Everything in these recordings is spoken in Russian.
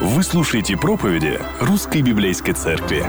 Вы слушаете проповеди Русской Библейской Церкви.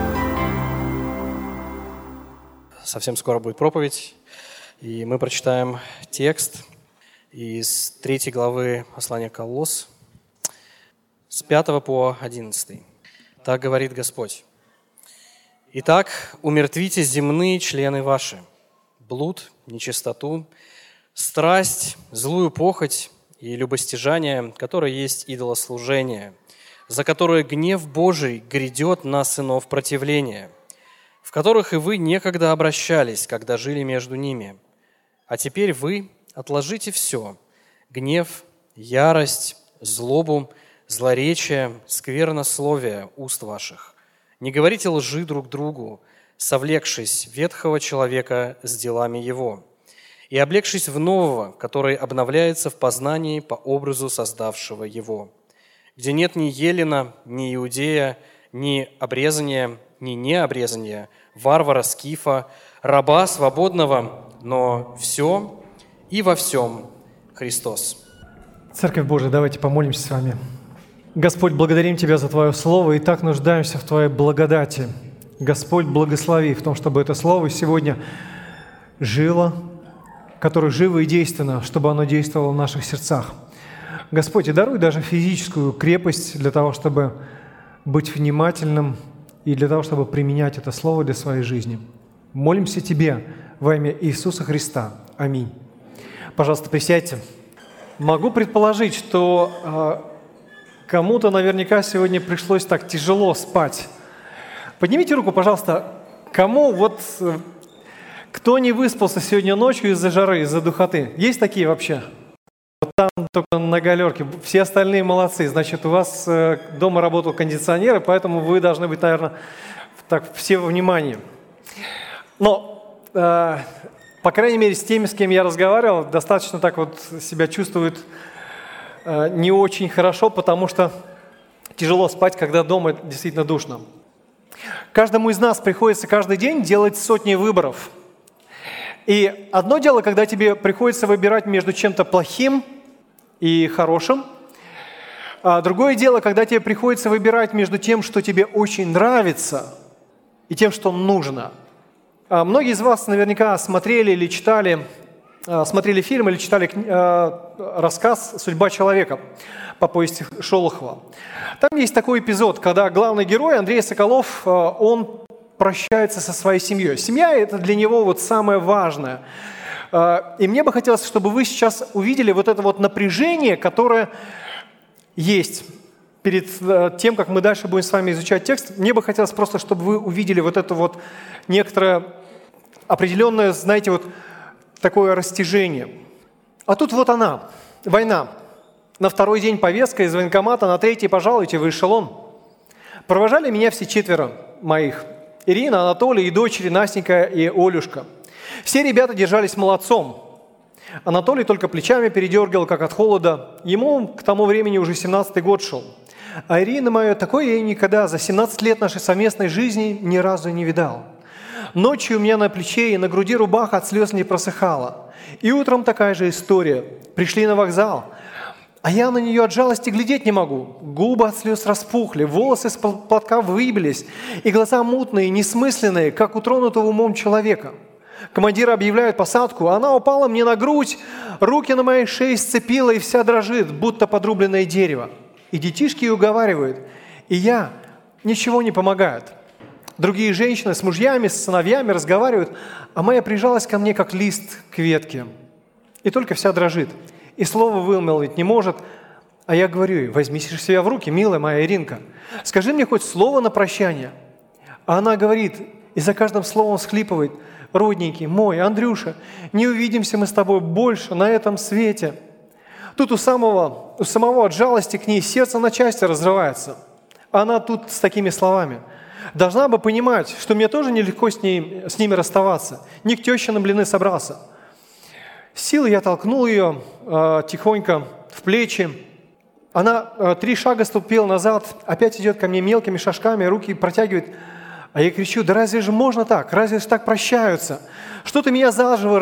Совсем скоро будет проповедь, и мы прочитаем текст из 3 главы послания Колосс, с 5 по 11. Так говорит Господь. «Итак, умертвите земные члены ваши, блуд, нечистоту, страсть, злую похоть и любостяжание, которое есть идолослужение, за которое гнев Божий грядет на сынов противления, в которых и вы некогда обращались, когда жили между ними. А теперь вы отложите все – гнев, ярость, злобу, злоречие, сквернословие уст ваших. Не говорите лжи друг другу, совлекшись ветхого человека с делами его, и облегшись в нового, который обновляется в познании по образу создавшего его, где нет ни елена, ни иудея, ни обрезания, ни необрезания, варвара, скифа, раба, свободного, но все и во всем Христос». Церковь Божия, давайте помолимся с вами. Господь, благодарим Тебя за Твое Слово и так нуждаемся в Твоей благодати. Господь, благослови в том, чтобы это Слово сегодня жило, которое живо и действенно, чтобы оно действовало в наших сердцах. Господь, и даруй даже физическую крепость для того, чтобы быть внимательным и для того, чтобы применять это Слово для своей жизни. Молимся Тебе во имя Иисуса Христа. Аминь. Пожалуйста, присядьте. Могу предположить, что кому-то наверняка сегодня пришлось так тяжело спать. Поднимите руку, пожалуйста, кто не выспался сегодня ночью из-за жары, из-за духоты? Есть такие вообще? Вот там только на галерке. Все остальные молодцы. Значит, у вас дома работал кондиционер, и поэтому вы должны быть, наверное, так все во внимании. Но, по крайней мере, с теми, с кем я разговаривал, достаточно так вот себя чувствуют не очень хорошо, потому что тяжело спать, когда дома действительно душно. Каждому из нас приходится каждый день делать сотни выборов. И одно дело, когда тебе приходится выбирать между чем-то плохим и хорошим, а другое дело, когда тебе приходится выбирать между тем, что тебе очень нравится, и тем, что нужно. Многие из вас наверняка смотрели или читали, смотрели фильм или читали рассказ «Судьба человека» по повести Шолохова. Там есть такой эпизод, когда главный герой Андрей Соколов, он прощается со своей семьей. Семья – это для него вот самое важное. И мне бы хотелось, чтобы вы сейчас увидели вот это вот напряжение, которое есть перед тем, как мы дальше будем с вами изучать текст. Мне бы хотелось просто, чтобы вы увидели вот это вот некоторое определенное, знаете, вот такое растяжение. А тут вот она, война. На второй день повестка из военкомата, на третий пожалуйте в эшелон. Провожали меня все 4 моих. Ирина, Анатолий и дочери Настенька и Олюшка. Все ребята держались молодцом. Анатолий только плечами передергивал, как от холода. Ему к тому времени уже 17-й год шел. А Ирина моя, такой я никогда за 17 лет нашей совместной жизни ни разу не видал. Ночью у меня на плече и на груди рубаха от слез не просыхала. И утром такая же история. Пришли на вокзал, а я на нее от жалости глядеть не могу. Губы от слез распухли, волосы с платка выбились, и глаза мутные, несмысленные, как у тронутого умом человека. Командиры объявляют посадку, а она упала мне на грудь, руки на моей шее сцепила и вся дрожит, будто подрубленное дерево. И детишки уговаривают, и я, ничего не помогает. Другие женщины с мужьями, с сыновьями разговаривают, а моя прижалась ко мне, как лист к ветке. И только вся дрожит. И слова вымолвить не может. А я говорю ей: возьми себя в руки, милая моя Иринка. Скажи мне хоть слово на прощание. А она говорит, и за каждым словом всхлипывает: родненький мой, Андрюша, не увидимся мы с тобой больше на этом свете. Тут у самого от жалости к ней сердце на части разрывается. Она тут с такими словами: должна бы понимать, что мне тоже нелегко с ними расставаться. Не к теще на блины собрался. Силой я толкнул ее тихонько в плечи. Она 3 шага ступила назад, опять идет ко мне мелкими шажками, руки протягивает. А я кричу: да разве же можно так? Разве же так прощаются? Что ты меня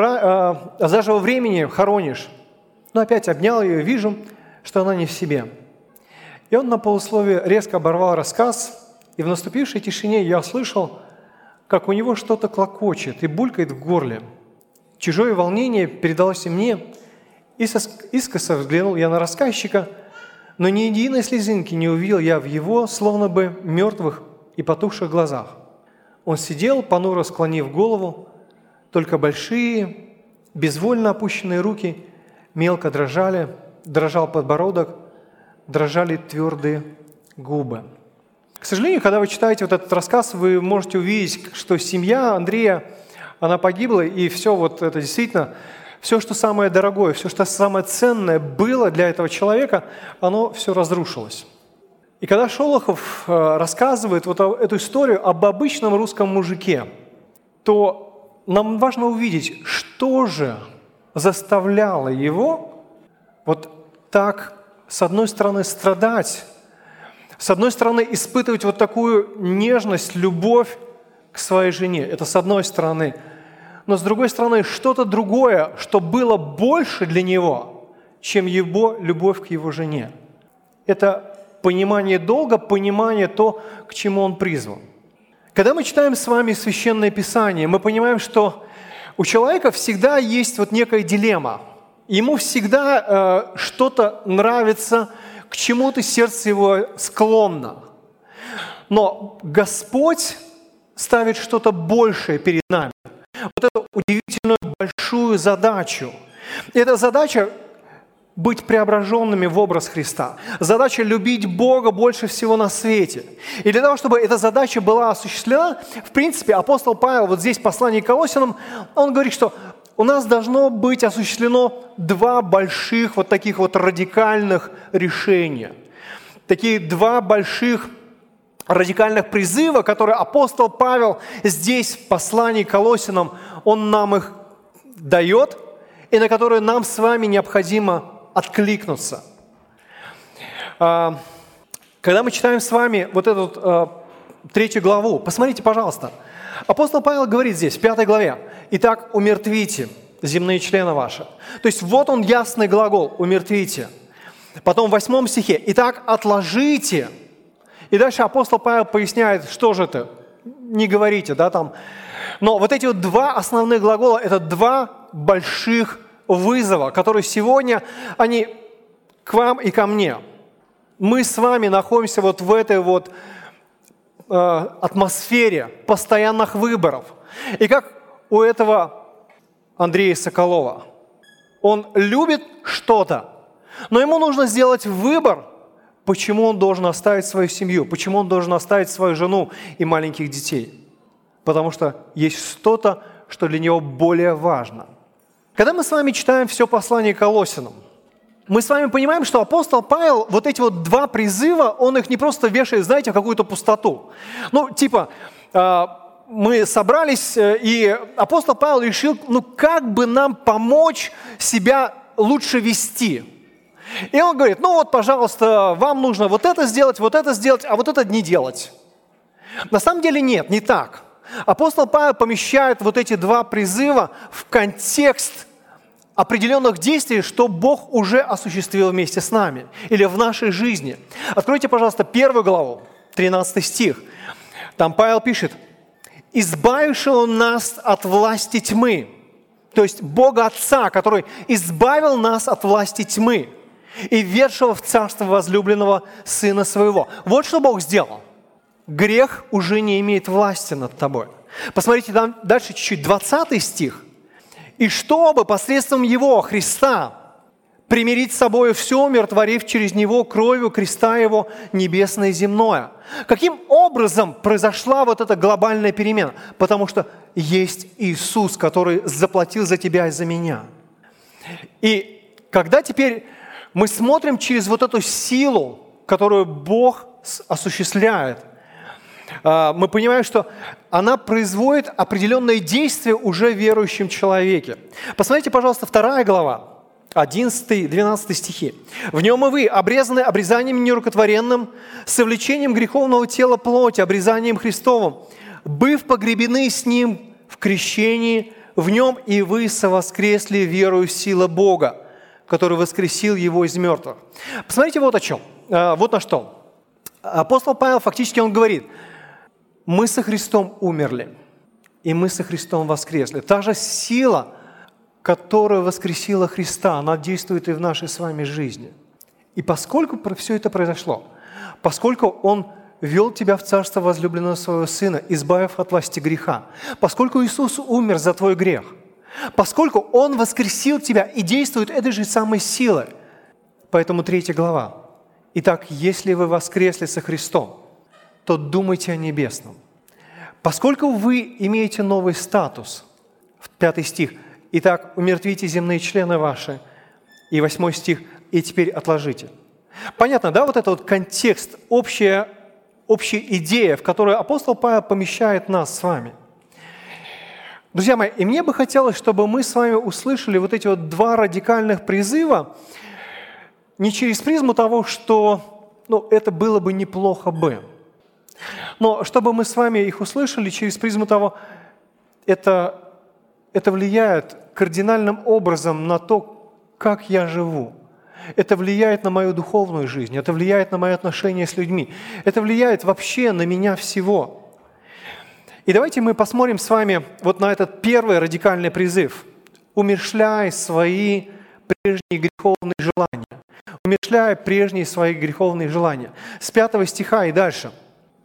заживо времени хоронишь? Но опять обнял ее, вижу, что она не в себе. И он на полусловие резко оборвал рассказ, и в наступившей тишине я услышал, как у него что-то клокочет и булькает в горле. Чужое волнение передалось и мне, и искоса взглянул я на рассказчика, но ни единой слезинки не увидел я в его, словно бы мертвых и потухших глазах. Он сидел, понуро склонив голову, только большие, безвольно опущенные руки мелко дрожали, дрожал подбородок, дрожали твердые губы. К сожалению, когда вы читаете вот этот рассказ, вы можете увидеть, что семья Андрея, она погибла, и все вот это действительно, все, что самое дорогое, все, что самое ценное было для этого человека, оно все разрушилось. И когда Шолохов рассказывает вот эту историю об обычном русском мужике, то нам важно увидеть, что же заставляло его вот так, с одной стороны, страдать, с одной стороны, испытывать вот такую нежность, любовь к своей жене. Это с одной стороны. Но с другой стороны, что-то другое, что было больше для него, чем его любовь к его жене. Это понимание долга, понимание то, к чему он призван. Когда мы читаем с вами Священное Писание, мы понимаем, что у человека всегда есть вот некая дилемма. Ему всегда что-то нравится, к чему-то сердце его склонно. Но Господь ставит что-то большее перед нами. Вот эту удивительную большую задачу. И эта задача быть преображенными в образ Христа. Задача любить Бога больше всего на свете. И для того, чтобы эта задача была осуществлена, в принципе, апостол Павел вот здесь в послании к Колоссянам, он говорит, что у нас должно быть осуществлено два больших вот таких вот радикальных решения. Такие два больших радикальных призыва, которые апостол Павел здесь в послании к Колоссянам, он нам их дает, и на которые нам с вами необходимо откликнуться. Когда мы читаем с вами вот эту 3 главу, посмотрите, пожалуйста. Апостол Павел говорит здесь, в 5 главе, «Итак, умертвите земные члены ваши». То есть вот он ясный глагол «умертвите». Потом в 8 стихе «Итак, отложите». И дальше апостол Павел поясняет, что же это, не говорите, да, там. Но вот эти вот два основных глагола – это два больших вызова, которые сегодня, они к вам и ко мне. Мы с вами находимся вот в этой вот атмосфере постоянных выборов. И как у этого Андрея Соколова. Он любит что-то, но ему нужно сделать выбор, почему он должен оставить свою семью, почему он должен оставить свою жену и маленьких детей. Потому что есть что-то, что для него более важно. Когда мы с вами читаем все послание к Колоссянам, мы с вами понимаем, что апостол Павел вот эти вот два призыва, он их не просто вешает, знаете, в какую-то пустоту. Ну, типа, мы собрались, и апостол Павел решил, как бы нам помочь себя лучше вести. И он говорит, вот, пожалуйста, вам нужно вот это сделать, а вот это не делать. На самом деле нет, не так. Апостол Павел помещает вот эти два призыва в контекст определенных действий, что Бог уже осуществил вместе с нами или в нашей жизни. Откройте, пожалуйста, 1 главу, 13 стих. Там Павел пишет, «Избавившего нас от власти тьмы», то есть Бога Отца, который избавил нас от власти тьмы и введшего в царство возлюбленного Сына Своего. Вот что Бог сделал. Грех уже не имеет власти над тобой. Посмотрите там дальше чуть-чуть, 20 стих. «И чтобы посредством Его, Христа, примирить с собой все, умиротворив через Него кровью креста Его небесное и земное». Каким образом произошла вот эта глобальная перемена? Потому что есть Иисус, который заплатил за тебя и за меня. И когда теперь мы смотрим через вот эту силу, которую Бог осуществляет, мы понимаем, что она производит определенные действия уже в верующем человеке. Посмотрите, пожалуйста, 2 глава, 11-12 стихи. «В нем и вы, обрезаны обрезанием нерукотворенным, совлечением греховного тела плоти, обрезанием Христовым, быв погребены с Ним в крещении, в нем и вы совоскресли верою в силу Бога, который воскресил Его из мертвых». Посмотрите вот о чем. вот на что. Апостол Павел фактически он говорит, мы со Христом умерли, и мы со Христом воскресли. Та же сила, которая воскресила Христа, она действует и в нашей с вами жизни. И поскольку все это произошло, поскольку Он вел тебя в царство возлюбленного Своего Сына, избавив от власти греха, поскольку Иисус умер за твой грех, поскольку Он воскресил тебя и действует этой же самой силой. Поэтому 3 глава. Итак, если вы воскресли со Христом, то думайте о небесном. Поскольку вы имеете новый статус, 5 стих, итак, умертвите земные члены ваши, и 8 стих, и теперь отложите. Понятно, да, вот это вот контекст, общая идея, в которую апостол Павел помещает нас с вами. Друзья мои, и мне бы хотелось, чтобы мы с вами услышали вот эти вот 2 радикальных призыва не через призму того, что это было бы неплохо бы, но чтобы мы с вами их услышали через призму того, это влияет кардинальным образом на то, как я живу. Это влияет на мою духовную жизнь, это влияет на мои отношения с людьми, это влияет вообще на меня всего. И давайте мы посмотрим с вами вот на этот первый радикальный призыв. Умерщвляй свои прежние греховные желания. Умерщвляй прежние свои греховные желания. С 5 стиха и дальше.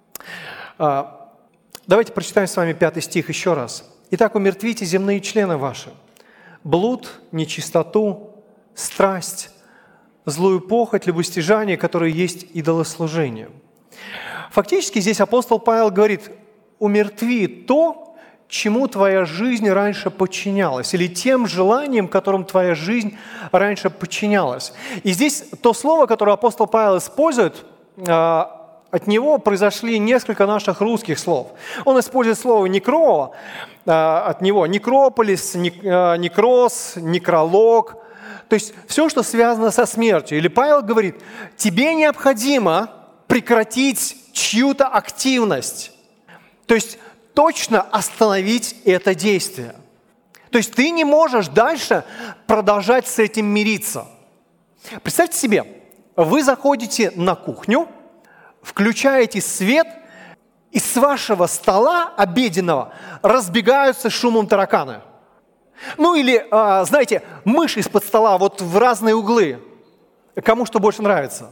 Давайте прочитаем с вами 5 стих еще раз. «Итак, умертвите земные члены ваши, блуд, нечистоту, страсть, злую похоть, любостяжание, которое есть идолослужение». Фактически здесь апостол Павел говорит, умертви то, чему твоя жизнь раньше подчинялась, или тем желаниям, которым твоя жизнь раньше подчинялась. И здесь то слово, которое апостол Павел использует, от него произошли несколько наших русских слов. Он использует слово «некро», от него «некрополис», «некроз», «некролог», то есть все, что связано со смертью. Или Павел говорит, тебе необходимо прекратить чью-то активность, то есть точно остановить это действие. То есть ты не можешь дальше продолжать с этим мириться. Представьте себе, вы заходите на кухню, включаете свет, и с вашего стола обеденного разбегаются шумом тараканы. Или, знаете, мышь из-под стола вот в разные углы. Кому что больше нравится.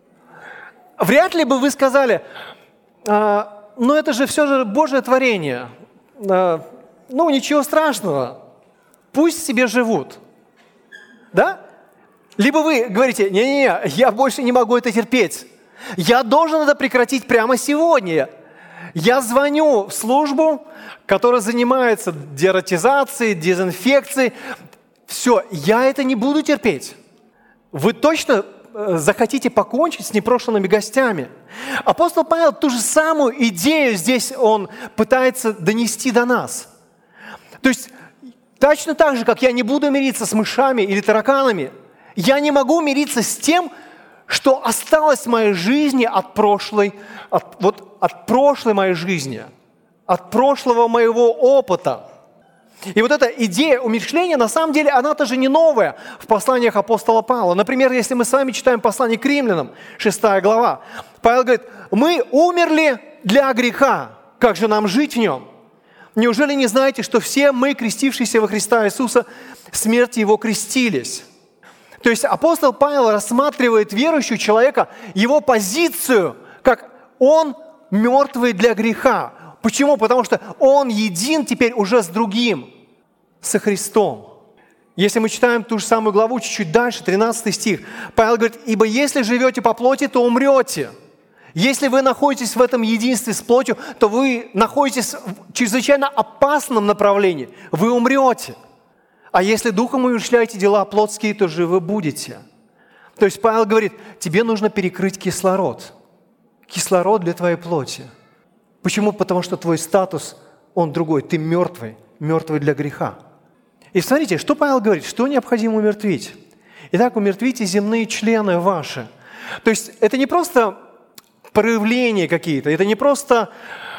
Вряд ли бы вы сказали, это же все же Божье творение. Ничего страшного. Пусть себе живут. Да? Либо вы говорите, не-не-не, я больше не могу это терпеть. Я должен это прекратить прямо сегодня. Я звоню в службу, которая занимается дератизацией, дезинфекцией. Все, я это не буду терпеть. Вы точно захотите покончить с непрошенными гостями. Апостол Павел ту же самую идею здесь он пытается донести до нас. То есть точно так же, как я не буду мириться с мышами или тараканами, я не могу мириться с тем, что осталось в моей жизни от прошлой моей жизни, от прошлого моего опыта. И вот эта идея умерщвления, на самом деле, она тоже не новая в посланиях апостола Павла. Например, если мы с вами читаем послание к римлянам, 6 глава, Павел говорит, мы умерли для греха, как же нам жить в нем? Неужели не знаете, что все мы, крестившиеся во Христа Иисуса, смерти Его крестились? То есть апостол Павел рассматривает верующего человека, его позицию, как он мертвый для греха. Почему? Потому что он един теперь уже с другим, со Христом. Если мы читаем ту же самую главу чуть-чуть дальше, 13 стих, Павел говорит, «Ибо если живете по плоти, то умрете. Если вы находитесь в этом единстве с плотью, то вы находитесь в чрезвычайно опасном направлении. Вы умрете. А если духом умерщвляете дела плотские, то живы будете». То есть Павел говорит, тебе нужно перекрыть кислород. Кислород для твоей плоти. Почему? Потому что твой статус, он другой. Ты мертвый для греха. И смотрите, что Павел говорит, что необходимо умертвить. Итак, умертвите земные члены ваши. То есть это не просто проявления какие-то, это не просто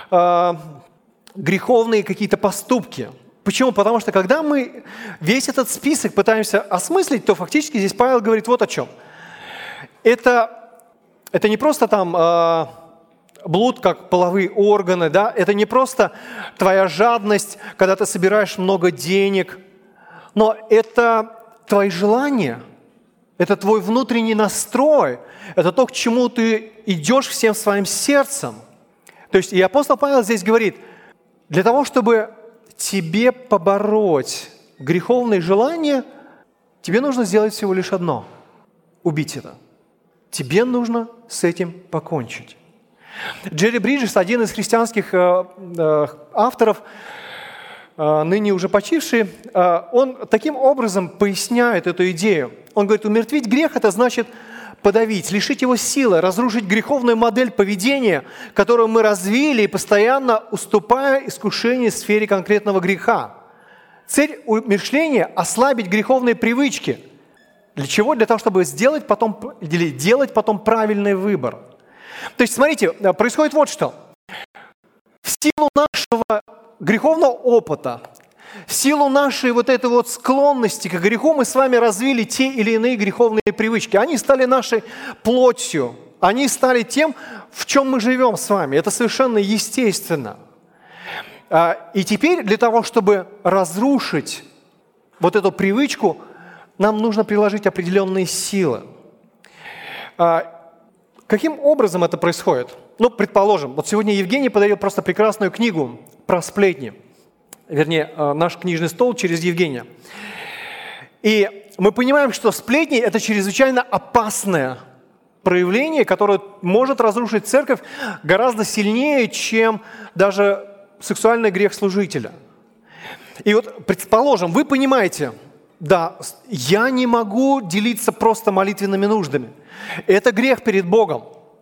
греховные какие-то поступки. Почему? Потому что когда мы весь этот список пытаемся осмыслить, то фактически здесь Павел говорит вот о чем. Это Это не просто там блуд, как половые органы, да? Это не просто твоя жадность, когда ты собираешь много денег, но это твои желания, это твой внутренний настрой, это то, к чему ты идешь всем своим сердцем. То есть и апостол Павел здесь говорит, для того, чтобы тебе побороть греховные желания, тебе нужно сделать всего лишь одно – убить это. Тебе нужно с этим покончить. Джерри Бриджес, один из христианских авторов, ныне уже почивший, он таким образом поясняет эту идею. Он говорит, умертвить грех – это значит подавить, лишить его силы, разрушить греховную модель поведения, которую мы развили и постоянно уступая искушению в сфере конкретного греха. Цель умерщвления – ослабить греховные привычки. Для чего? Для того, чтобы делать потом правильный выбор. То есть, смотрите, происходит вот что. В силу нашего греховного опыта, в силу нашей вот этой вот склонности к греху мы с вами развили те или иные греховные привычки. Они стали нашей плотью, они стали тем, в чем мы живем с вами. Это совершенно естественно. И теперь для того, чтобы разрушить вот эту привычку, нам нужно приложить определенные силы. Каким образом это происходит? Ну, предположим, вот сегодня Евгений подарил просто прекрасную книгу про сплетни. Вернее, наш книжный стол через Евгения. И мы понимаем, что сплетни – это чрезвычайно опасное проявление, которое может разрушить церковь гораздо сильнее, чем даже сексуальный грех служителя. И вот, предположим, вы понимаете, да, я не могу делиться просто молитвенными нуждами. Это грех перед Богом.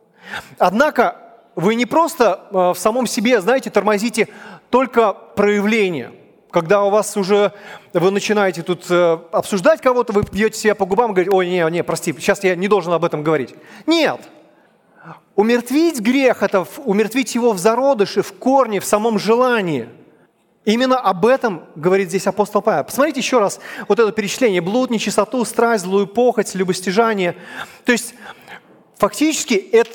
Однако вы не просто в самом себе, знаете, тормозите только проявление. Когда у вас уже, вы начинаете тут обсуждать кого-то, вы бьете себя по губам и говорите, ой, не, прости, сейчас я не должен об этом говорить. Нет. Умертвить грех – это умертвить его в зародыше, в корне, в самом желании. Именно об этом говорит здесь апостол Павел. Посмотрите еще раз вот это перечисление. Блуд, нечистоту, страсть, злую похоть, любостяжание. То есть фактически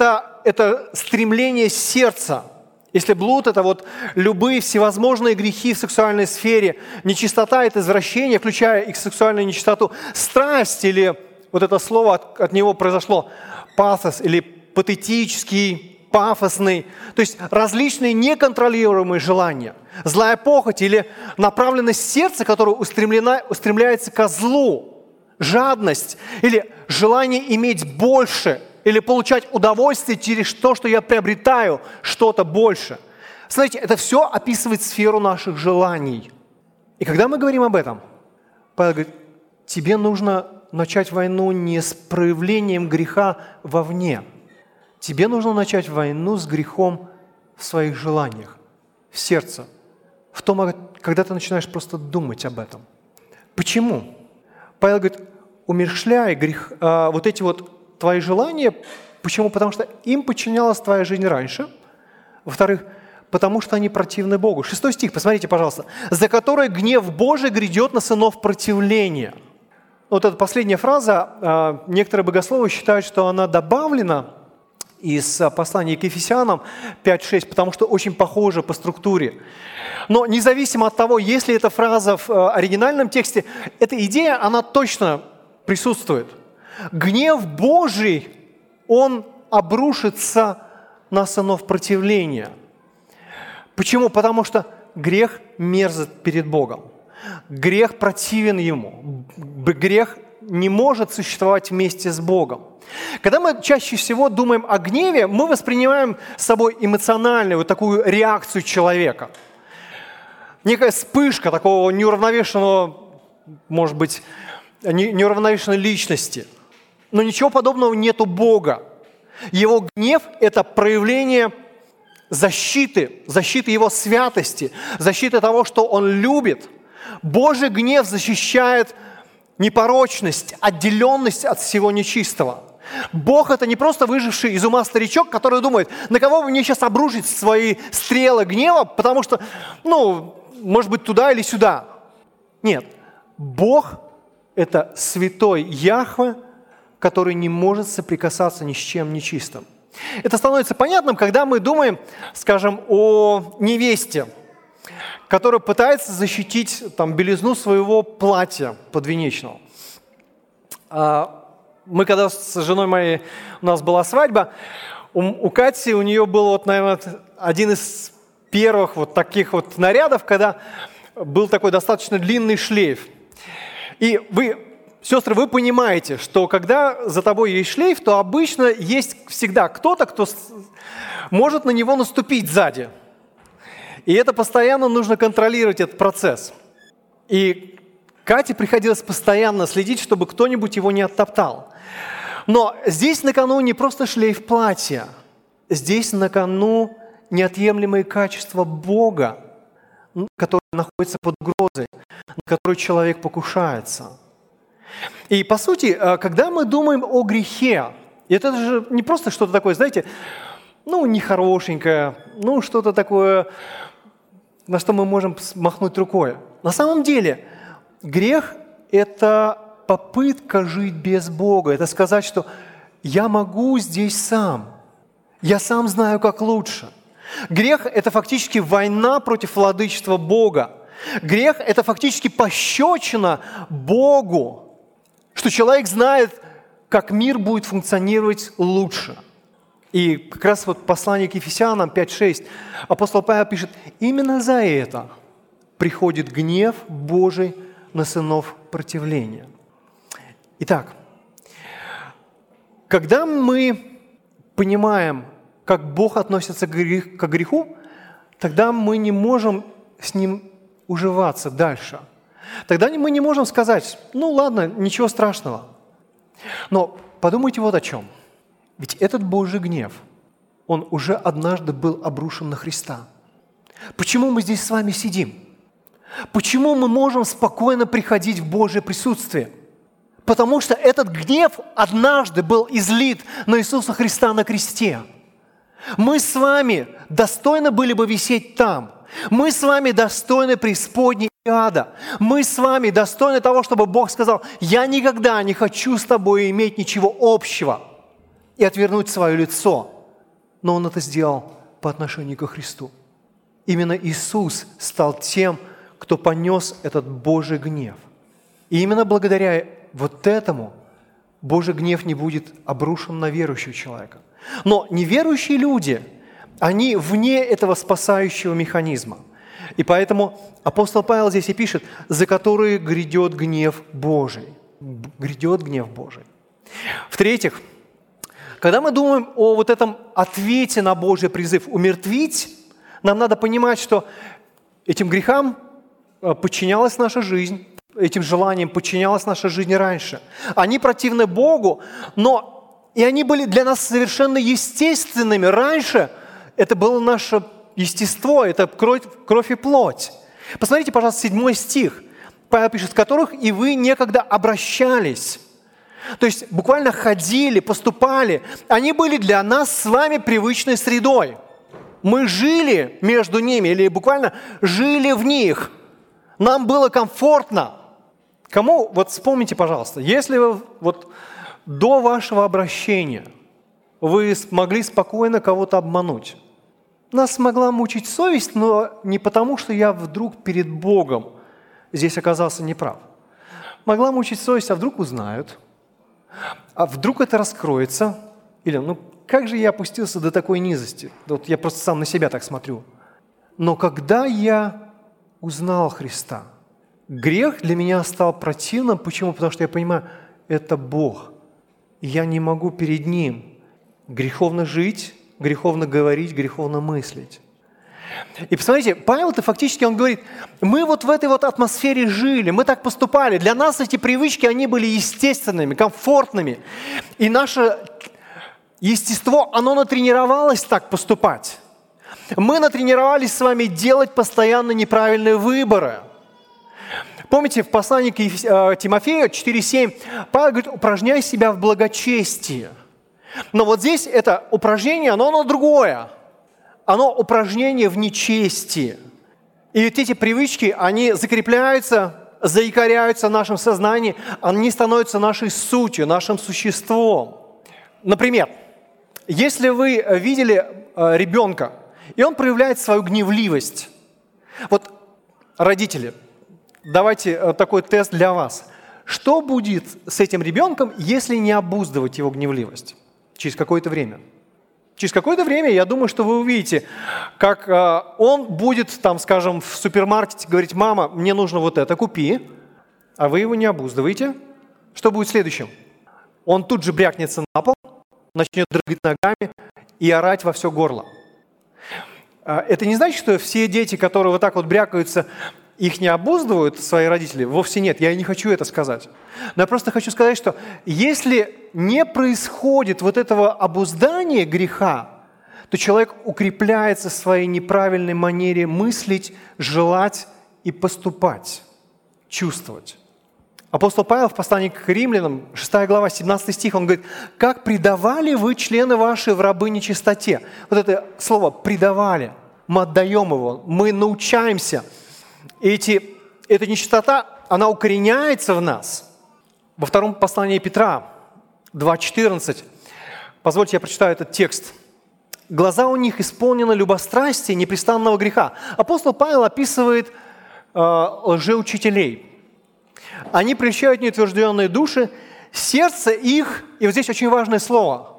это стремление сердца. Если блуд – это вот любые всевозможные грехи в сексуальной сфере, нечистота – это извращение, включая и сексуальную нечистоту. Страсть, или вот это слово от него произошло, пафос, или патетический, пафосный, то есть различные неконтролируемые желания. Злая похоть или направленность сердца, которая устремляется ко злу, жадность или желание иметь больше, или получать удовольствие через то, что я приобретаю что-то больше. Смотрите, это все описывает сферу наших желаний. И когда мы говорим об этом, Павел говорит, тебе нужно начать войну не с проявлением греха вовне. Тебе нужно начать войну с грехом в своих желаниях, в сердце, в том, когда ты начинаешь просто думать об этом. Почему? Павел говорит, умерщвляй грех, вот эти вот твои желания. Почему? Потому что им подчинялась твоя жизнь раньше. Во-вторых, потому что они противны Богу. 6 стих, посмотрите, пожалуйста. «За которой гнев Божий грядет на сынов противления». Вот эта последняя фраза, некоторые богословы считают, что она добавлена из послания к Ефесянам 5:6, потому что очень похожа по структуре. Но независимо от того, есть ли эта фраза в оригинальном тексте, эта идея, она точно присутствует. Гнев Божий, он обрушится на сынов противления. Почему? Потому что грех мерзок перед Богом. Грех противен Ему. Грех не может существовать вместе с Богом. Когда мы чаще всего думаем о гневе, мы воспринимаем с собой эмоциональную вот такую реакцию человека. Некая вспышка такого неуравновешенного, может быть, неуравновешенной личности. Но ничего подобного нет у Бога. Его гнев – это проявление защиты Его святости, защиты того, что Он любит. Божий гнев защищает непорочность, отделенность от всего нечистого. Бог – это не просто выживший из ума старичок, который думает, на кого бы мне сейчас обрушить свои стрелы гнева, потому что, может быть, туда или сюда. Нет, Бог – это святой Яхве, который не может соприкасаться ни с чем нечистым. Это становится понятным, когда мы думаем, скажем, о невесте, которая пытается защитить белизну своего платья подвенечного. Мы когда с женой моей, у нас была свадьба, у Кати, у нее был, наверное, один из первых таких нарядов, когда был такой достаточно длинный шлейф. И вы, сестры, вы понимаете, что когда за тобой есть шлейф, то обычно есть всегда кто-то, кто может на него наступить сзади. И это постоянно нужно контролировать, этот процесс. И Кате приходилось постоянно следить, чтобы кто-нибудь его не оттоптал. Но здесь на кону не просто шлейф платья. Здесь на кону неотъемлемые качества Бога, которые находятся под угрозой, на которые человек покушается. И по сути, когда мы думаем о грехе, это же не просто что-то такое, знаете, нехорошенькое, что-то такое, на что мы можем махнуть рукой. На самом деле, грех – это попытка жить без Бога. Это сказать, что я могу здесь сам. Я сам знаю, как лучше. Грех – это фактически война против владычества Бога. Грех – это фактически пощечина Богу, что человек знает, как мир будет функционировать лучше. И как раз послание к Ефесянам 5:6 апостол Павел пишет: именно за это приходит гнев Божий на сынов противления. Итак, когда мы понимаем, как Бог относится к греху, тогда мы не можем с ним уживаться дальше. Тогда мы не можем сказать: ладно, ничего страшного. Но подумайте вот о чем. Ведь этот Божий гнев, он уже однажды был обрушен на Христа. Почему мы здесь с вами сидим? Почему мы можем спокойно приходить в Божье присутствие? Потому что этот гнев однажды был излит на Иисуса Христа на кресте. Мы с вами достойны были бы висеть там. Мы с вами достойны преисподней и ада. Мы с вами достойны того, чтобы Бог сказал: я никогда не хочу с тобой иметь ничего общего, и отвернуть свое лицо. Но Он это сделал по отношению ко Христу. Именно Иисус стал тем, кто понес этот Божий гнев. И именно благодаря этому Божий гнев не будет обрушен на верующего человека. Но неверующие люди, они вне этого спасающего механизма. И поэтому апостол Павел здесь и пишет: за которые грядет гнев Божий. Грядет гнев Божий. В-третьих, когда мы думаем о этом ответе на Божий призыв умертвить, нам надо понимать, что этим грехам подчинялась наша жизнь, этим желаниям подчинялась наша жизнь раньше. Они противны Богу, но и они были для нас совершенно естественными. Раньше это было наше естество, это кровь и плоть. Посмотрите, пожалуйста, 7 стих. Павел пишет: «в которых и вы некогда обращались». То есть буквально ходили, поступали. Они были для нас с вами привычной средой. Мы жили между ними или буквально жили в них. Нам было комфортно. Кому, вспомните, пожалуйста, если вы до вашего обращения вы смогли спокойно кого-то обмануть, нас могла мучить совесть, но не потому, что я вдруг перед Богом здесь оказался неправ. Могла мучить совесть, а вдруг узнают, а вдруг это раскроется, или как же я опустился до такой низости? Я просто сам на себя так смотрю. Но когда я узнал Христа, грех для меня стал противным. Почему? Потому что я понимаю, это Бог. И я не могу перед Ним греховно жить, греховно говорить, греховно мыслить. И посмотрите, Павел-то фактически, он говорит: мы в этой атмосфере жили, мы так поступали. Для нас эти привычки, они были естественными, комфортными. И наше естество, оно натренировалось так поступать. Мы натренировались с вами делать постоянно неправильные выборы. Помните, в послании к Тимофею 4:7 Павел говорит: упражняй себя в благочестии. Но здесь это упражнение, оно другое. Оно упражнение в нечестии. И эти привычки, они закрепляются заикаряются в нашем сознании, они становятся нашей сутью, нашим существом. Например, если вы видели ребенка, и он проявляет свою гневливость. Вот, родители, давайте такой тест для вас. Что будет с этим ребенком, если не обуздывать его гневливость через какое-то время? Через какое-то время, я думаю, что вы увидите, как он будет, там, скажем, в супермаркете говорить: «Мама, мне нужно вот это, купи», а вы его не обуздываете. Что будет следующим? Он тут же брякнется на пол, начнет дрыгать ногами и орать во все горло. Это не значит, что все дети, которые вот так вот брякаются, их не обуздывают свои родители? Вовсе нет, я не хочу это сказать. Но я просто хочу сказать, что если не происходит вот этого обуздания греха, то человек укрепляется в своей неправильной манере мыслить, желать и поступать, чувствовать. Апостол Павел в послании к Римлянам, 6 глава, 17 стих, он говорит: «Как предавали вы члены ваши в рабы нечистоте». Вот это слово «предавали», мы отдаем его, мы научаемся. Эта нечистота, она укореняется в нас. Во втором послании Петра, 2:14, позвольте, я прочитаю этот текст. «Глаза у них исполнены любострастия непрестанного греха». Апостол Павел описывает лжеучителей. Они прельщают неутвержденные души, сердце их, и вот здесь очень важное слово,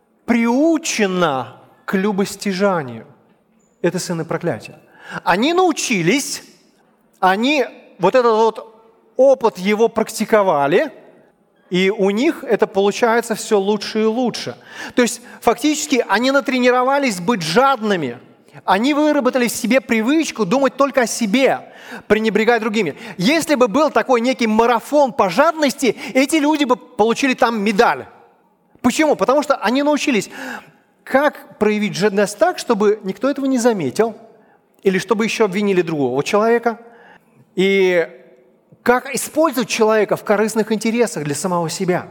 приучено к любостяжанию. Это сыны проклятия. Они научились, они вот этот вот опыт его практиковали, и у них это получается все лучше и лучше. То есть фактически они натренировались быть жадными. Они выработали в себе привычку думать только о себе, пренебрегать другими. Если бы был такой некий марафон по жадности, эти люди бы получили там медаль. Почему? Потому что они научились, как проявить жадность так, чтобы никто этого не заметил, или чтобы еще обвинили другого человека, и как использовать человека в корыстных интересах для самого себя.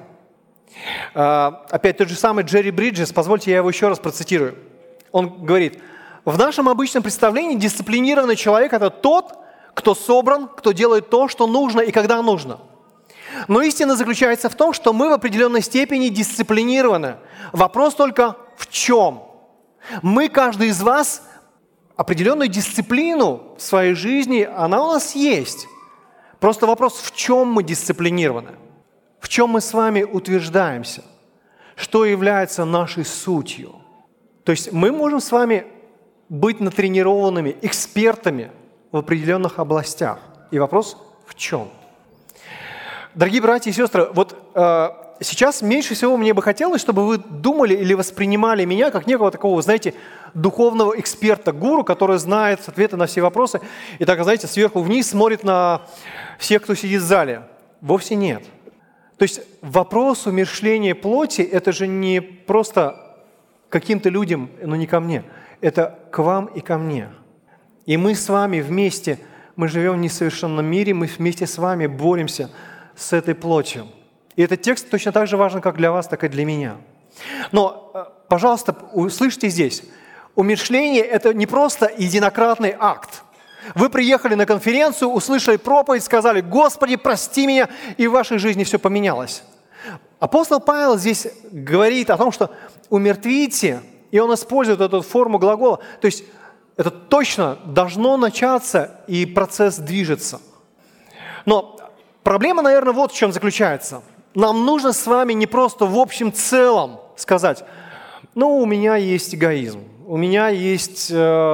Опять тот же самый Джерри Бриджес, позвольте, я его еще раз процитирую. Он говорит: «В нашем обычном представлении дисциплинированный человек – это тот, кто собран, кто делает то, что нужно и когда нужно. Но истина заключается в том, что мы в определенной степени дисциплинированы. Вопрос только в чем? Мы, каждый из вас, определенную дисциплину в своей жизни, она у нас есть. Просто вопрос, в чем мы дисциплинированы, в чем мы с вами утверждаемся, что является нашей сутью. То есть мы можем с вами быть натренированными экспертами в определенных областях. И вопрос в чем? Дорогие братья и сестры, вот сейчас меньше всего мне бы хотелось, чтобы вы думали или воспринимали меня как некого такого, знаете, духовного эксперта, гуру, который знает ответы на все вопросы и так, знаете, сверху вниз смотрит на всех, кто сидит в зале. Вовсе нет. То есть вопрос умерщвления плоти – это же не просто каким-то людям, но не ко мне. Это к вам и ко мне. И мы с вами вместе, мы живем в несовершенном мире, мы вместе с вами боремся с этой плотью. И этот текст точно так же важен как для вас, так и для меня. Но, пожалуйста, услышьте здесь, умерщвление – это не просто единократный акт. Вы приехали на конференцию, услышали проповедь, сказали: «Господи, прости меня», и в вашей жизни все поменялось. Апостол Павел здесь говорит о том, что умертвите, и он использует эту форму глагола. То есть это точно должно начаться, и процесс движется. Но проблема, наверное, вот в чем заключается. Нам нужно с вами не просто в общем целом сказать: «Ну, у меня есть эгоизм, у меня есть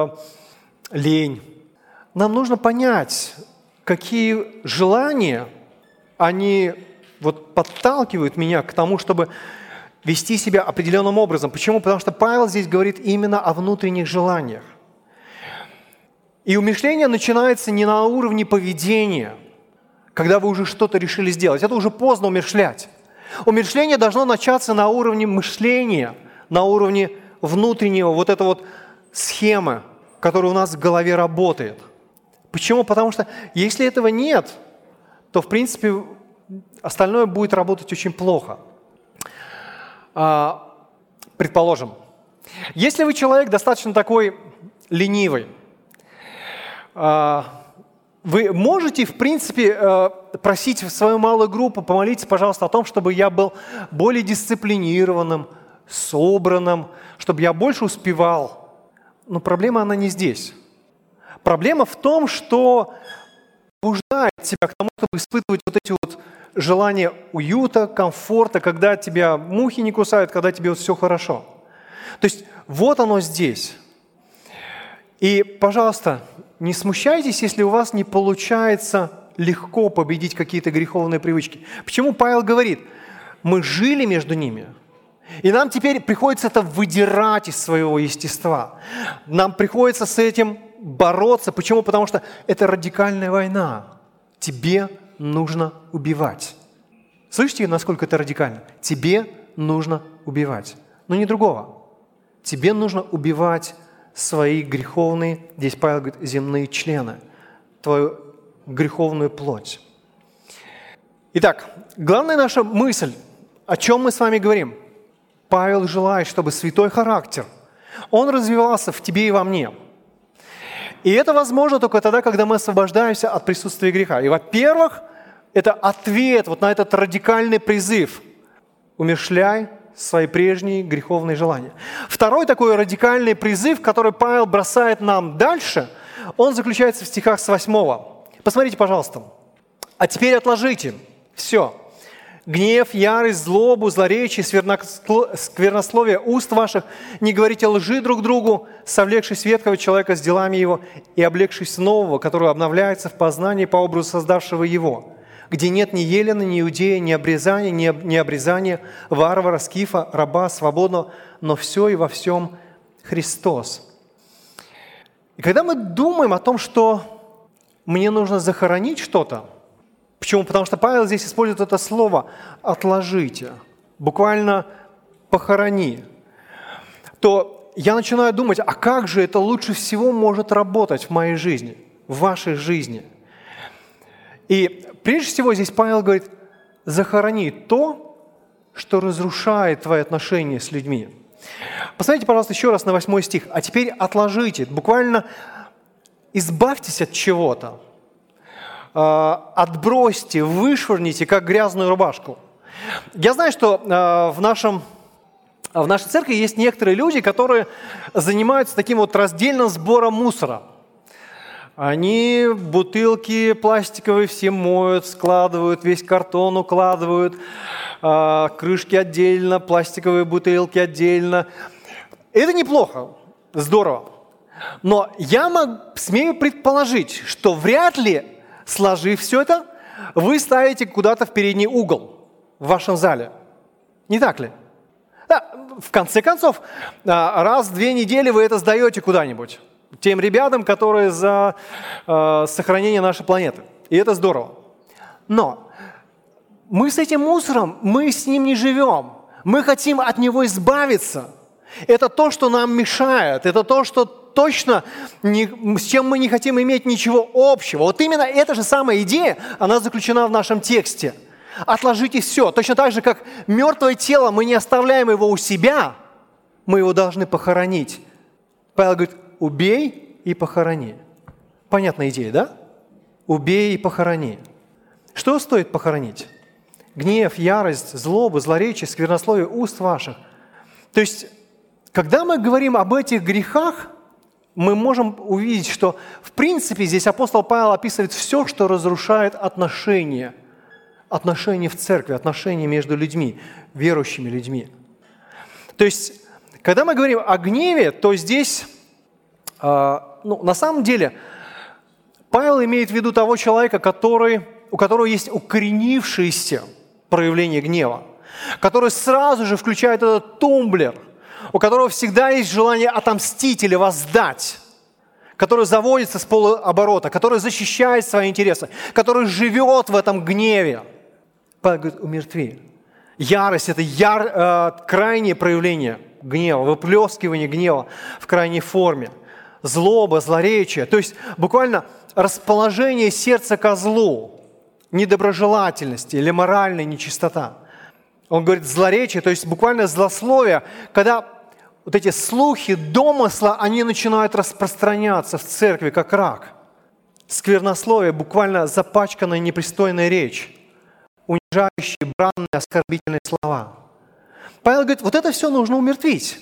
лень». Нам нужно понять, какие желания, они вот подталкивают меня к тому, чтобы вести себя определенным образом. Почему? Потому что Павел здесь говорит именно о внутренних желаниях. И умерщвление начинается не на уровне поведения, когда вы уже что-то решили сделать. Это уже поздно умерщвлять. Умерщвление должно начаться на уровне мышления, на уровне внутреннего, вот этой вот схемы, которая у нас в голове работает. Почему? Потому что если этого нет, то, в принципе, остальное будет работать очень плохо. Предположим, если вы человек достаточно такой ленивый, Вы можете, в принципе, просить свою малую группу, помолитесь, пожалуйста, о том, чтобы я был более дисциплинированным, собранным, чтобы я больше успевал. Но проблема, она не здесь. Проблема в том, что побуждает тебя к тому, чтобы испытывать вот эти вот желания уюта, комфорта, когда тебя мухи не кусают, когда тебе вот все хорошо. То есть вот оно здесь. И, пожалуйста, не смущайтесь, если у вас не получается легко победить какие-то греховные привычки. Почему Павел говорит, мы жили между ними, и нам теперь приходится это выдирать из своего естества. Нам приходится с этим бороться. Почему? Потому что это радикальная война. Тебе нужно убивать. Слышите, насколько это радикально? Тебе нужно убивать. Но не другого. Тебе нужно убивать свои греховные, здесь Павел говорит, земные члены, твою греховную плоть. Итак, главная наша мысль, о чем мы с вами говорим. Павел желает, чтобы святой характер, он развивался в тебе и во мне. И это возможно только тогда, когда мы освобождаемся от присутствия греха. И, во-первых, это ответ вот на этот радикальный призыв. Умерщвляй свои прежние греховные желания. Второй такой радикальный призыв, который Павел бросает нам дальше, он заключается в стихах с 8. Посмотрите, пожалуйста. «А теперь отложите все. Гнев, ярость, злобу, злоречие, сквернословие уст ваших, не говорите лжи друг другу, совлекшись ветхого человека с делами его и облегшись нового, который обновляется в познании по образу создавшего его, где нет ни елена, ни иудея, ни обрезания, ни обрезания, варвара, скифа, раба, свободного, но все и во всем Христос». И когда мы думаем о том, что мне нужно захоронить что-то, почему? Потому что Павел здесь использует это слово «отложите», буквально «похорони», то я начинаю думать, а как же это лучше всего может работать в моей жизни, в вашей жизни? И прежде всего здесь Павел говорит, захорони то, что разрушает твои отношения с людьми. Посмотрите, пожалуйста, еще раз на 8 стих. «А теперь отложите», буквально избавьтесь от чего-то. Отбросьте, вышвырните, как грязную рубашку. Я знаю, что в нашей церкви есть некоторые люди, которые занимаются таким вот раздельным сбором мусора. Они бутылки пластиковые все моют, складывают, весь картон укладывают, крышки отдельно, пластиковые бутылки отдельно. Это неплохо, здорово. Но я смею предположить, что вряд ли, сложив все это, вы ставите куда-то в передний угол в вашем зале. Не так ли? Да, в конце концов, раз в 2 недели вы это сдаете куда-нибудь. Тем ребятам, которые за сохранение нашей планеты. И это здорово. Но мы с этим мусором, мы с ним не живем. Мы хотим от него избавиться. Это то, что нам мешает. Это то, что точно с чем мы не хотим иметь ничего общего. Вот именно эта же самая идея, она заключена в нашем тексте. Отложите все. Точно так же, как мертвое тело, мы не оставляем его у себя, мы его должны похоронить. Павел говорит, убей и похорони. Понятная идея, да? Убей и похорони. Что стоит похоронить? Гнев, ярость, злобу, злоречие, сквернословие уст ваших. То есть, когда мы говорим об этих грехах, мы можем увидеть, что в принципе здесь апостол Павел описывает все, что разрушает отношения. Отношения в церкви, отношения между людьми, верующими людьми. То есть, когда мы говорим о гневе, то здесь, на самом деле, Павел имеет в виду того человека, у которого есть укоренившееся проявление гнева, который сразу же включает этот тумблер, у которого всегда есть желание отомстить или воздать, который заводится с полуоборота, который защищает свои интересы, который живет в этом гневе. Павел говорит, умертви. Ярость – это крайнее проявление гнева, выплескивание гнева в крайней форме. Злоба, злоречие, то есть буквально расположение сердца ко злу, недоброжелательности или моральная нечистота. Он говорит злоречие, то есть буквально злословие, когда вот эти слухи, домысла, они начинают распространяться в церкви, как рак. сквернословие, буквально запачканная непристойная речь, унижающие, бранные, оскорбительные слова. Павел говорит, вот это все нужно умертвить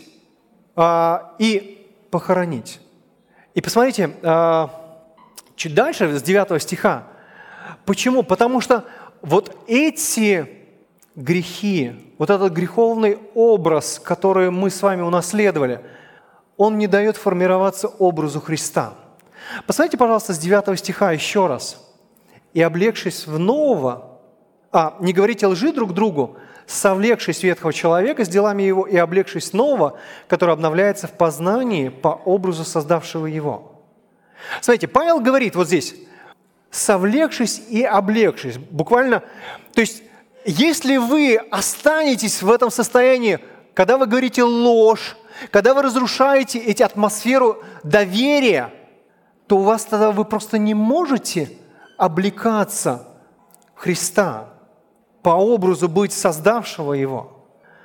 и похоронить. И посмотрите, чуть дальше, с 9 стиха. Почему? Потому что вот эти грехи, вот этот греховный образ, который мы с вами унаследовали, он не дает формироваться образу Христа. Посмотрите, пожалуйста, с 9 стиха еще раз. «И облегшись в нового, не говорите лжи друг другу, совлекшись ветхого человека с делами его и облегшись нового, который обновляется в познании по образу создавшего его». Смотрите, Павел говорит вот здесь, совлекшись и облегшись. Буквально, то есть, если вы останетесь в этом состоянии, когда вы говорите ложь, когда вы разрушаете эту атмосферу доверия, то у вас тогда вы просто не можете облекаться в Христа, по образу быть создавшего Его.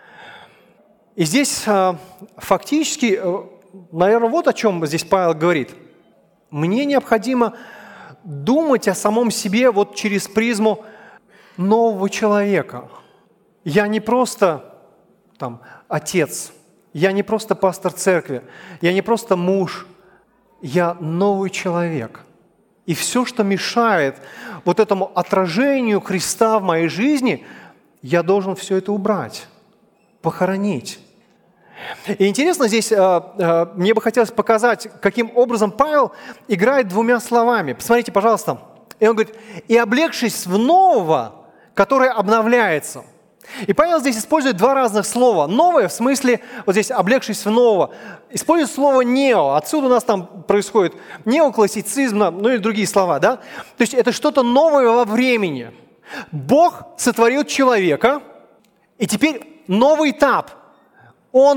И здесь фактически, наверное, вот о чем здесь Павел говорит. Мне необходимо думать о самом себе вот через призму нового человека. Я не просто отец, я не просто пастор церкви, я не просто муж, я новый человек. И все, что мешает вот этому отражению Христа в моей жизни, я должен все это убрать, похоронить. И интересно здесь, мне бы хотелось показать, каким образом Павел играет двумя словами. Посмотрите, пожалуйста. И он говорит, «И облегшись в нового, которое обновляется». И Павел здесь использует два разных слова. Новое, в смысле, вот здесь облегшись в нового, использует слово «нео». Отсюда у нас там происходит неоклассицизм, ну или другие слова, да? То есть это что-то новое во времени. Бог сотворил человека, и теперь новый этап. Он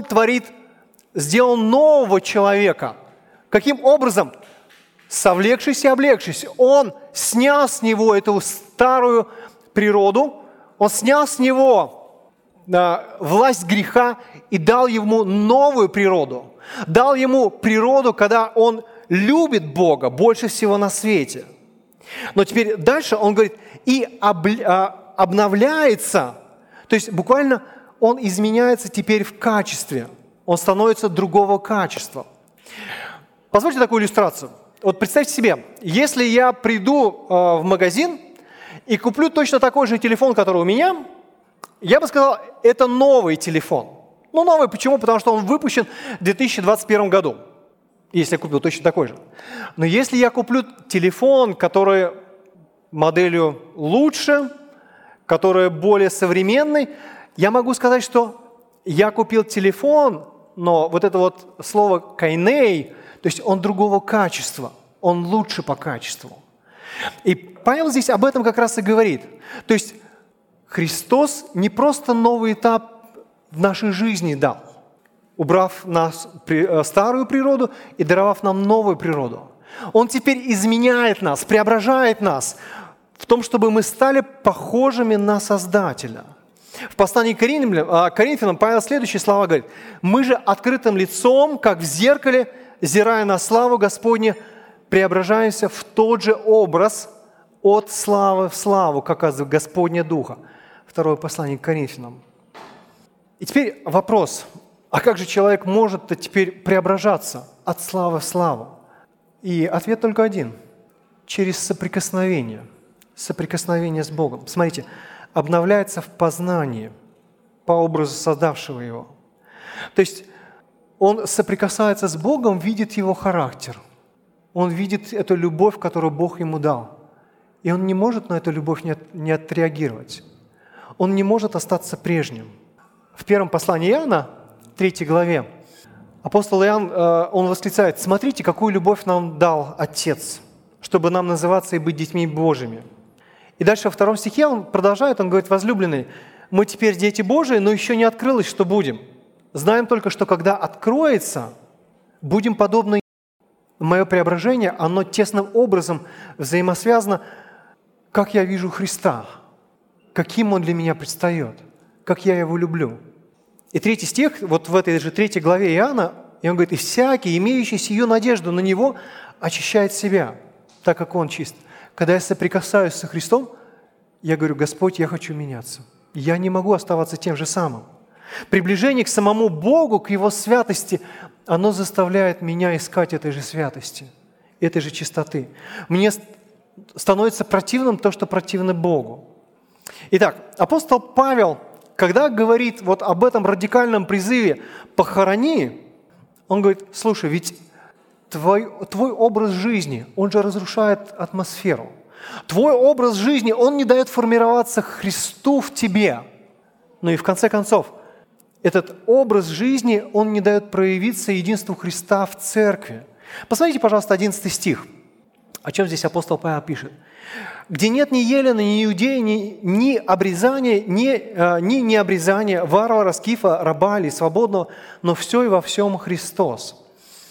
сделал нового человека. Каким образом? Совлекшись и облегшись. Он снял с него эту старую природу, он снял с него власть греха и дал ему новую природу. Дал ему природу, когда он любит Бога больше всего на свете. Но теперь дальше он говорит, и обновляется, то есть буквально он изменяется теперь в качестве, он становится другого качества. Позвольте такую иллюстрацию. Вот представьте себе, если я приду в магазин и куплю точно такой же телефон, который у меня, я бы сказал, это новый телефон. Ну, новый почему? Потому что он выпущен в 2021 году, если я купил точно такой же. Но если я куплю телефон, который моделью лучше, который более современный, я могу сказать, что я купил телефон, но вот это вот слово «кайней», то есть он другого качества, он лучше по качеству. И Павел здесь об этом как раз и говорит. То есть Христос не просто новый этап в нашей жизни дал, убрав нас старую природу и даровав нам новую природу. Он теперь изменяет нас, преображает нас в том, чтобы мы стали похожими на Создателя. В послании к Коринфянам Павел следующие слова говорит. «Мы же открытым лицом, как в зеркале, взирая на славу Господню, преображаемся в тот же образ от славы в славу, как от Господня Духа». Второе послание к Коринфянам. И теперь вопрос, а как же человек может теперь преображаться от славы в славу? И ответ только один – через соприкосновение с Богом. Смотрите, обновляется в познании по образу создавшего его. То есть он соприкасается с Богом, видит его характер. Он видит эту любовь, которую Бог ему дал. И он не может на эту любовь не отреагировать. Он не может остаться прежним. В первом послании Иоанна, 3 главе, апостол Иоанн, он восклицает: «Смотрите, какую любовь нам дал Отец, чтобы нам называться и быть детьми Божьими». И дальше во 2 стихе он продолжает, он говорит: «Возлюбленные, мы теперь дети Божии, но еще не открылось, что будем. Знаем только, что когда откроется, будем подобны». Мое преображение, оно тесным образом взаимосвязано, как я вижу Христа, каким Он для меня предстает, как я Его люблю. И 3 стих, вот в этой же 3 главе Иоанна, и он говорит: «И всякий, имеющий сию надежду на Него, очищает себя». так как Он чист. Когда я соприкасаюсь со Христом, я говорю: Господь, я хочу меняться. Я не могу оставаться тем же самым. Приближение к самому Богу, к Его святости, оно заставляет меня искать этой же святости, этой же чистоты. Мне становится противным то, что противно Богу. Итак, апостол Павел, когда говорит вот об этом радикальном призыве «похорони», он говорит: слушай, ведь твой образ жизни, он же разрушает атмосферу. Твой образ жизни, он не дает формироваться Христу в тебе. Ну и в конце концов, этот образ жизни, он не дает проявиться единству Христа в церкви. Посмотрите, пожалуйста, 11 стих. О чем здесь апостол Павел пишет? «Где нет ни елена, ни иудея, ни обрезания, ни необрезания, варвара, скифа, раба или свободного, но все и во всем Христос».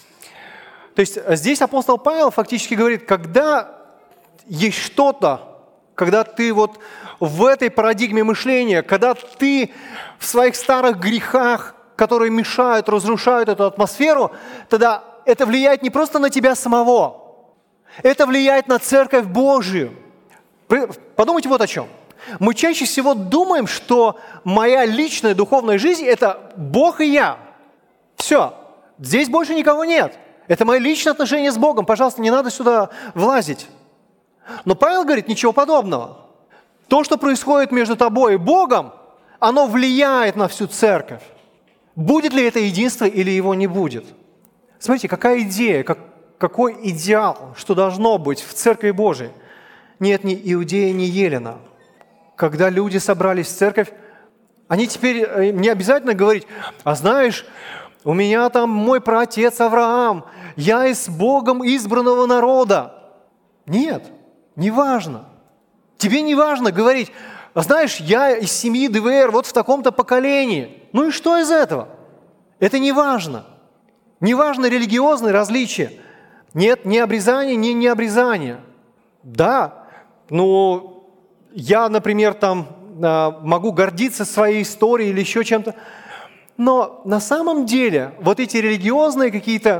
То есть здесь апостол Павел фактически говорит, когда есть что-то, когда ты вот в этой парадигме мышления, когда ты в своих старых грехах, которые мешают, разрушают эту атмосферу, тогда это влияет не просто на тебя самого, это влияет на Церковь Божию. Подумайте вот о чем. Мы чаще всего думаем, что моя личная духовная жизнь – это Бог и я. Все, здесь больше никого нет. Это мои личные отношения с Богом. Пожалуйста, не надо сюда влазить. Но Павел говорит: ничего подобного. То, что происходит между тобой и Богом, оно влияет на всю церковь. Будет ли это единство или его не будет? Смотрите, какая идея, какой идеал, что должно быть в Церкви Божией. Нет ни иудея, ни елена. Когда люди собрались в церковь, они теперь не обязательно говорить: а знаешь, у меня там мой праотец Авраам, я из Богом избранного народа. Нет, не важно. Тебе не важно говорить: а знаешь, я из семьи ДВР, вот в таком-то поколении. Ну и что из этого? Это не важно. Не важно религиозные различия. Нет ни обрезания, ни необрезания. Да, ну, я, например, там могу гордиться своей историей или еще чем-то, но на самом деле вот эти религиозные какие-то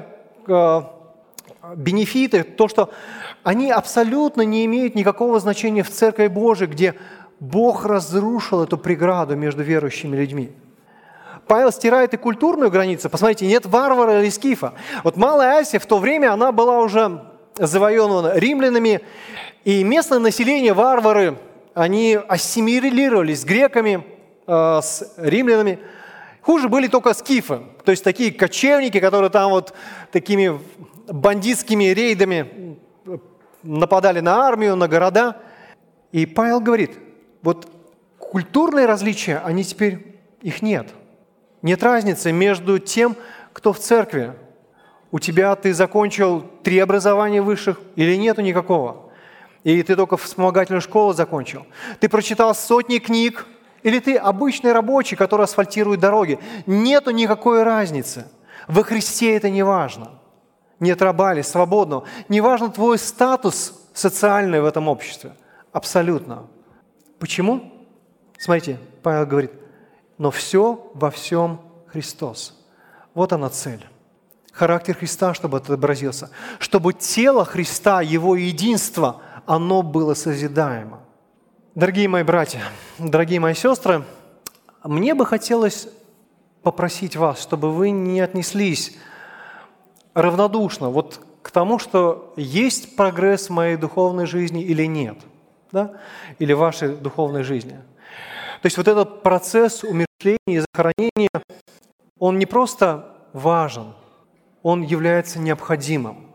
бенефиты, то, что они абсолютно не имеют никакого значения в Церкви Божией, где Бог разрушил эту преграду между верующими людьми. Павел стирает и культурную границу. Посмотрите, нет варвара или скифа. Вот Малая Азия в то время, она была уже завоевана римлянами, и местное население, варвары, они ассимилировались с греками, с римлянами. Хуже были только скифы, то есть такие кочевники, которые там вот такими бандитскими рейдами нападали на армию, на города. И Павел говорит, вот культурные различия, они теперь, их нет. Нет разницы между тем, кто в церкви. У тебя ты закончил 3 образования высших или нету никакого? Или ты только вспомогательную школу закончил? Ты прочитал сотни книг? Или ты обычный рабочий, который асфальтирует дороги? Нету никакой разницы. Во Христе это не важно. Нет раба или свободного. Не важно твой статус социальный в этом обществе. Абсолютно. Почему? Смотрите, Павел говорит, но все во всем Христос. Вот она цель. Характер Христа, чтобы это отобразился. Чтобы тело Христа, Его единство, оно было созидаемо. Дорогие мои братья, дорогие мои сестры, мне бы хотелось попросить вас, чтобы вы не отнеслись равнодушно вот к тому, что есть прогресс в моей духовной жизни или нет, да? Или в вашей духовной жизни. То есть вот этот процесс умершления и захоронения, он не просто важен, он является необходимым.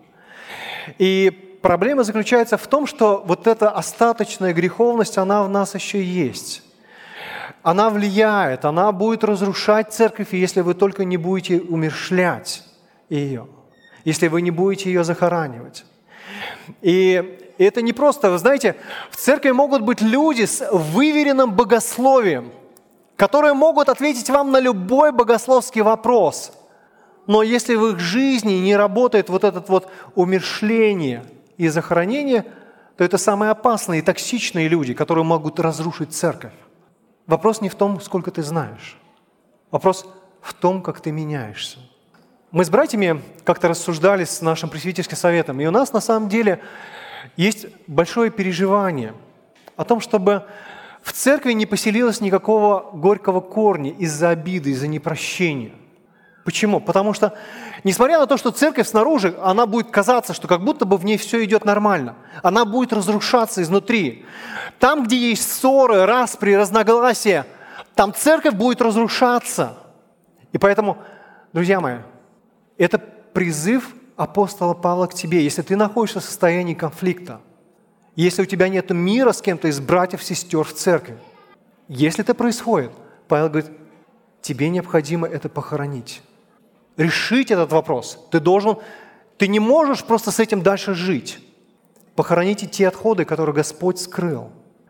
И проблема заключается в том, что вот эта остаточная греховность, она в нас еще есть. Она влияет, она будет разрушать церковь, если вы только не будете умершлять ее, если вы не будете ее захоранивать. И это не просто, вы знаете, в церкви могут быть люди с выверенным богословием, которые могут ответить вам на любой богословский вопрос. Но если в их жизни не работает вот это вот умершление и захоронение, то это самые опасные и токсичные люди, которые могут разрушить церковь. Вопрос не в том, сколько ты знаешь. Вопрос в том, как ты меняешься. Мы с братьями как-то рассуждали с нашим пресвитерским советом, и у нас на самом деле есть большое переживание о том, чтобы в церкви не поселилось никакого горького корня из-за обиды, из-за непрощения. Почему? Потому что, несмотря на то, что церковь снаружи, она будет казаться, что как будто бы в ней все идет нормально. Она будет разрушаться изнутри. Там, где есть ссоры, распри, разногласия, там церковь будет разрушаться. И поэтому, друзья мои, это призыв апостола Павла к тебе. Если ты находишься в состоянии конфликта, если у тебя нет мира с кем-то из братьев, сестер в церкви, если это происходит, Павел говорит, тебе необходимо это похоронить. Решить этот вопрос. Ты не можешь просто с этим дальше жить. Похороните те отходы, которые Господь скрыл.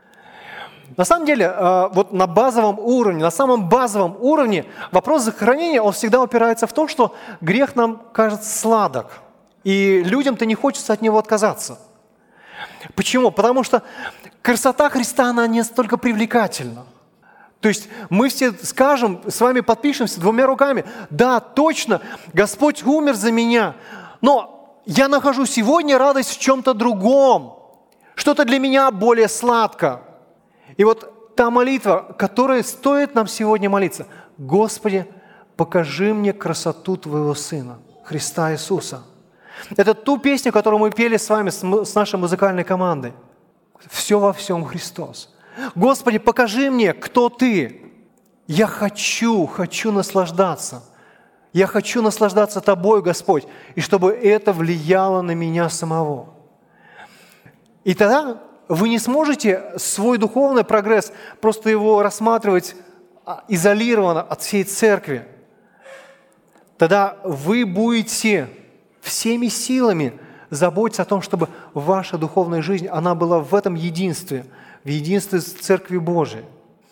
На самом деле, вот на базовом уровне, на самом базовом уровне вопрос захоронения, он всегда упирается в то, что грех нам кажется сладок, и людям-то не хочется от него отказаться. Почему? Потому что красота Христа, она не столько привлекательна. То есть мы все скажем, с вами подпишемся двумя руками, да, точно, Господь умер за меня, но я нахожу сегодня радость в чем-то другом, что-то для меня более сладко. И вот та молитва, которой стоит нам сегодня молиться, Господи, покажи мне красоту Твоего Сына, Христа Иисуса. Это ту песню, которую мы пели с вами, с нашей музыкальной командой. Все во всем Христос. Господи, покажи мне, кто Ты. Я хочу наслаждаться. Я хочу наслаждаться Тобой, Господь, и чтобы это влияло на меня самого. И тогда вы не сможете свой духовный прогресс, просто его рассматривать изолированно от всей церкви. Тогда вы будете всеми силами заботиться о том, чтобы ваша духовная жизнь, она была в этом единстве, в единстве с Церкви Божией.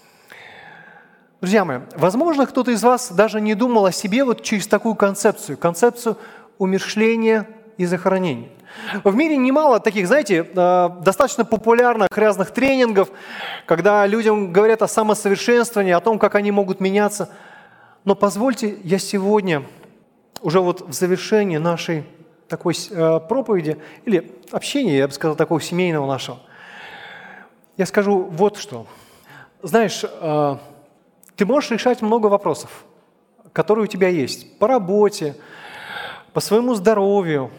Друзья мои, возможно, кто-то из вас даже не думал о себе вот через такую концепцию умерщвления и захоронения. В мире немало таких, знаете, достаточно популярных разных тренингов, когда людям говорят о самосовершенствовании, о том, как они могут меняться. Но позвольте, я сегодня, уже вот в завершении нашей такой проповеди, или общения, я бы сказал, такого семейного нашего, я скажу вот что. Знаешь, ты можешь решать много вопросов, которые у тебя есть по работе, по своему здоровью,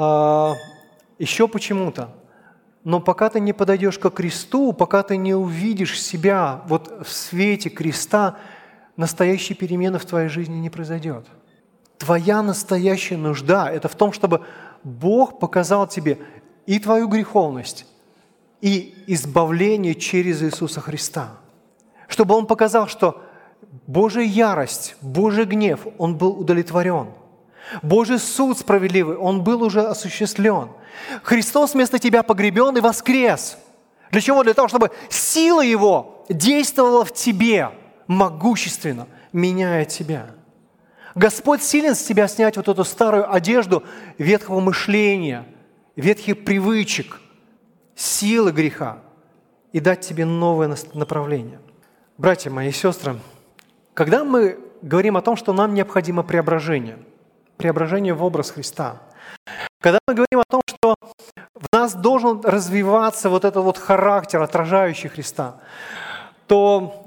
еще почему-то. Но пока ты не подойдешь ко кресту, пока ты не увидишь себя вот в свете креста, настоящей перемены в твоей жизни не произойдет. Твоя настоящая нужда – это в том, чтобы Бог показал тебе и твою греховность, и избавление через Иисуса Христа. Чтобы Он показал, что Божья ярость, Божий гнев, Он был удовлетворен. Божий суд справедливый, он был уже осуществлен. Христос вместо тебя погребен и воскрес. Для чего? Для того, чтобы сила Его действовала в тебе могущественно, меняя тебя. Господь силен с тебя снять вот эту старую одежду ветхого мышления, ветхих привычек, силы греха и дать тебе новое направление. Братья мои и сестры, когда мы говорим о том, что нам необходимо преображение в образ Христа, когда мы говорим о том, что в нас должен развиваться вот этот вот характер, отражающий Христа, то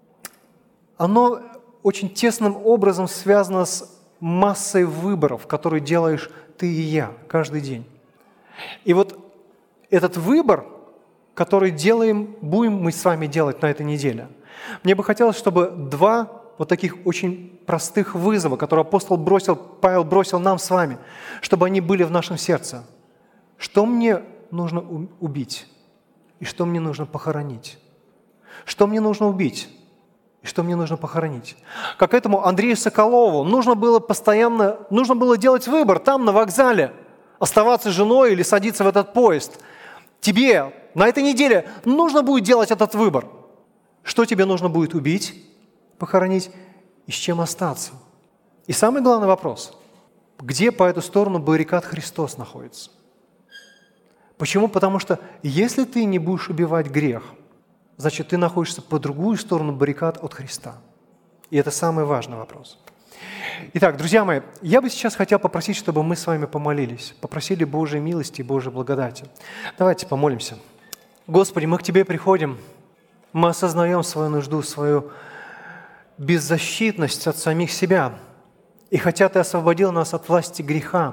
оно очень тесным образом связано с массой выборов, которые делаешь ты и я каждый день. И вот этот выбор, который будем мы с вами делать на этой неделе, мне бы хотелось, чтобы два вот таких очень простых вызова, которые Павел бросил нам с вами, чтобы они были в нашем сердце. Что мне нужно убить и что мне нужно похоронить? Что мне нужно убить и что мне нужно похоронить? Как этому Андрею Соколову нужно было делать выбор там, на вокзале, оставаться женой или садиться в этот поезд. Тебе на этой неделе нужно будет делать этот выбор. Что тебе нужно будет убить, похоронить и с чем остаться? И самый главный вопрос, где по эту сторону баррикад Христос находится? Почему? Потому что если ты не будешь убивать грех, значит, ты находишься по другую сторону баррикад от Христа. И это самый важный вопрос. Итак, друзья мои, я бы сейчас хотел попросить, чтобы мы с вами помолились, попросили Божьей милости и Божьей благодати. Давайте помолимся. Господи, мы к Тебе приходим, мы осознаем свою нужду, свою беззащитность от самих себя. И хотя Ты освободил нас от власти греха,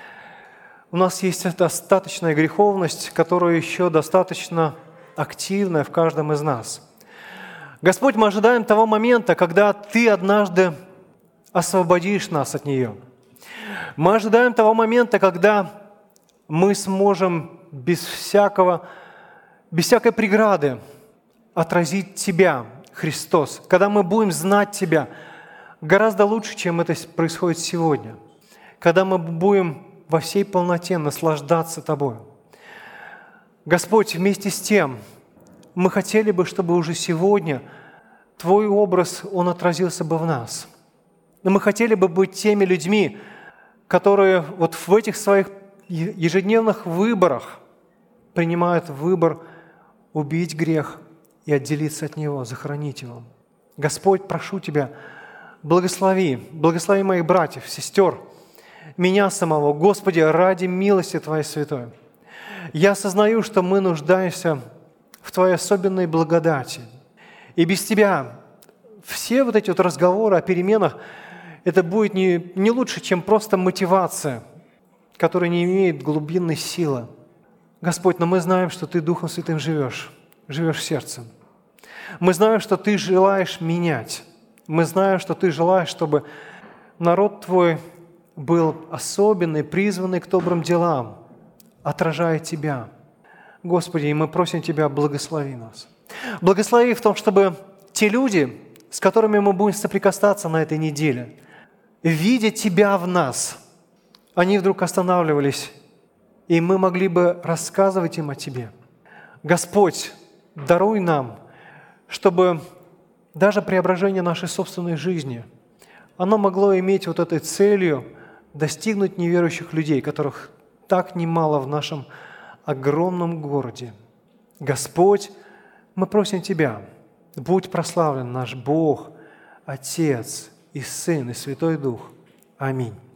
у нас есть достаточная греховность, которая еще достаточно активная в каждом из нас. Господь, мы ожидаем того момента, когда Ты однажды освободишь нас от нее. Мы ожидаем того момента, когда мы сможем без всякой преграды отразить Тебя, Христос, когда мы будем знать Тебя гораздо лучше, чем это происходит сегодня, когда мы будем во всей полноте наслаждаться Тобой. Господь, вместе с тем, мы хотели бы, чтобы уже сегодня Твой образ, он отразился бы в нас. Но мы хотели бы быть теми людьми, которые вот в этих своих ежедневных выборах принимают выбор убить грех и отделиться от него, захоронить его. Господь, прошу Тебя, благослови моих братьев, сестер, меня самого, Господи, ради милости Твоей святой. Я осознаю, что мы нуждаемся в Твоей особенной благодати. И без Тебя все вот эти вот разговоры о переменах, это будет не лучше, чем просто мотивация, которая не имеет глубинной силы. Господь, но мы знаем, что Ты Духом Святым живешь сердцем. Мы знаем, что Ты желаешь менять. Мы знаем, что Ты желаешь, чтобы народ Твой был особенный, призванный к добрым делам, отражая Тебя. Господи, и мы просим Тебя, благослови нас. Благослови в том, чтобы те люди, с которыми мы будем соприкасаться на этой неделе, видя Тебя в нас, они вдруг останавливались, и мы могли бы рассказывать им о Тебе. Господь, даруй нам, чтобы даже преображение нашей собственной жизни, оно могло иметь вот этой целью достигнуть неверующих людей, которых так немало в нашем огромном городе. Господь, мы просим Тебя, будь прославлен наш Бог, Отец и Сын и Святой Дух. Аминь.